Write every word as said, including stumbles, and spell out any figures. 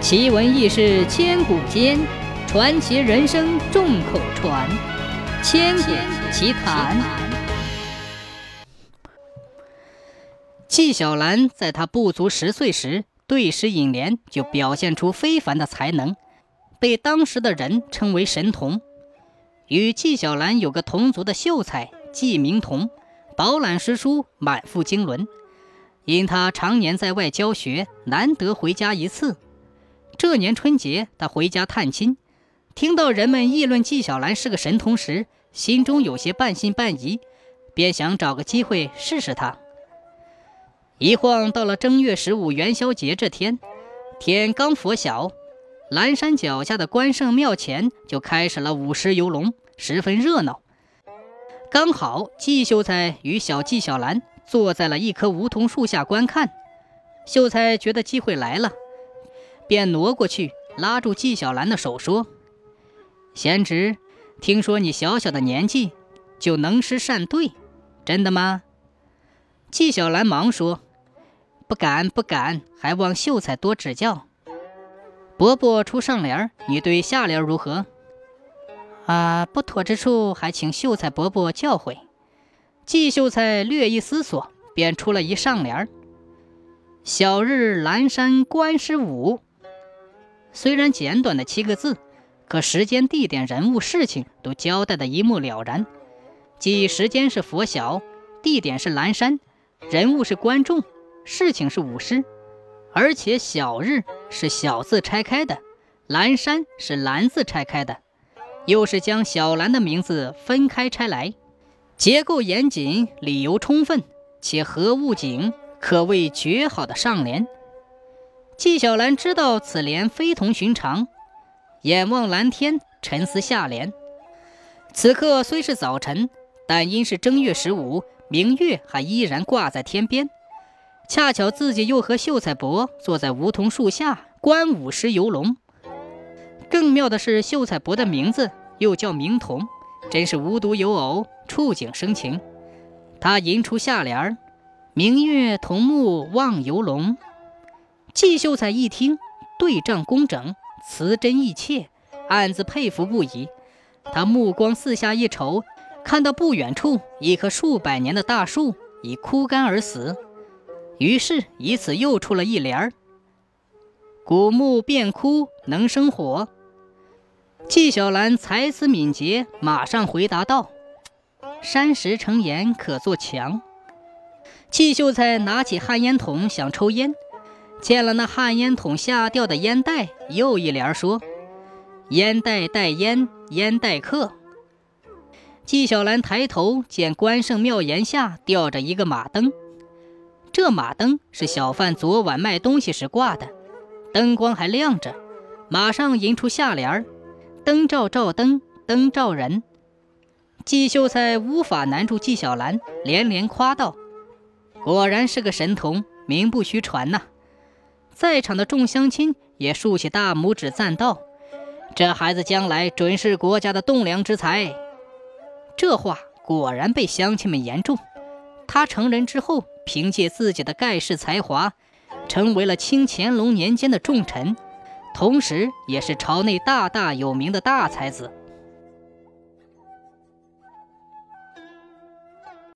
奇闻异事千古间，传奇人生众口传。千古奇谈。纪晓岚在他不足十岁时，对诗引联就表现出非凡的才能，被当时的人称为神童。与纪晓岚有个同族的秀才纪明同，饱览诗书，满腹经纶。因他常年在外教学，难得回家一次。这年春节，他回家探亲，听到人们议论纪晓岚是个神童时，心中有些半信半疑，便想找个机会试试他。一晃到了正月十五元宵节这天，天刚拂晓，蓝山脚下的关圣庙前就开始了舞狮游龙，十分热闹。刚好纪秀才与小纪晓岚坐在了一棵梧桐树下观看，秀才觉得机会来了，便挪过去拉住纪晓岚的手说：“贤侄，听说你小小的年纪就能诗善对，真的吗？”纪晓岚忙说：“不敢不敢，还望秀才多指教。”伯伯出上联，你对下联如何？啊，不妥之处还请秀才伯伯教诲。纪秀才略一思索，便出了一上联：晓日蓝山观狮舞。虽然简短的七个字，可时间、地点、人物、事情都交代得一目了然。即时间是拂晓，地点是蓝山，人物是观众，事情是舞狮，而且晓日是小字拆开的，蓝山是蓝字拆开的，又是将小兰的名字分开拆来，结构严谨，理由充分，且合物景，可谓绝好的上联。纪晓岚知道此联非同寻常，眼望蓝天，沉思下联。此刻虽是早晨，但因是正月十五，明月还依然挂在天边，恰巧自己又和秀才伯坐在梧桐树下观舞狮游龙。更妙的是，秀才伯的名字又叫明童，真是无独有偶，触景生情。他吟出下联：明月同目望游龙。纪秀才一听，对仗工整，词真意切，暗自佩服不已。他目光四下一瞅，看到不远处一棵数百年的大树已枯干而死，于是以此又出了一联：古木变枯能生火。纪晓岚才思敏捷，马上回答道：山石成岩可作墙。纪秀才拿起旱烟筒想抽烟，见了那旱烟筒下掉的烟袋，又一联说：烟袋带烟，烟袋客。纪晓岚抬头见关圣庙檐下吊着一个马灯，这马灯是小贩昨晚卖东西时挂的，灯光还亮着，马上吟出下联：灯照照灯，灯照人。纪秀才无法难住纪晓岚，连连夸道：果然是个神童，名不虚传呐、啊！在场的众乡亲也竖起大拇指赞道：这孩子将来准是国家的栋梁之才。这话果然被乡亲们言中。他成人之后，凭借自己的盖世才华，成为了清乾隆年间的重臣，同时也是朝内大大有名的大才子。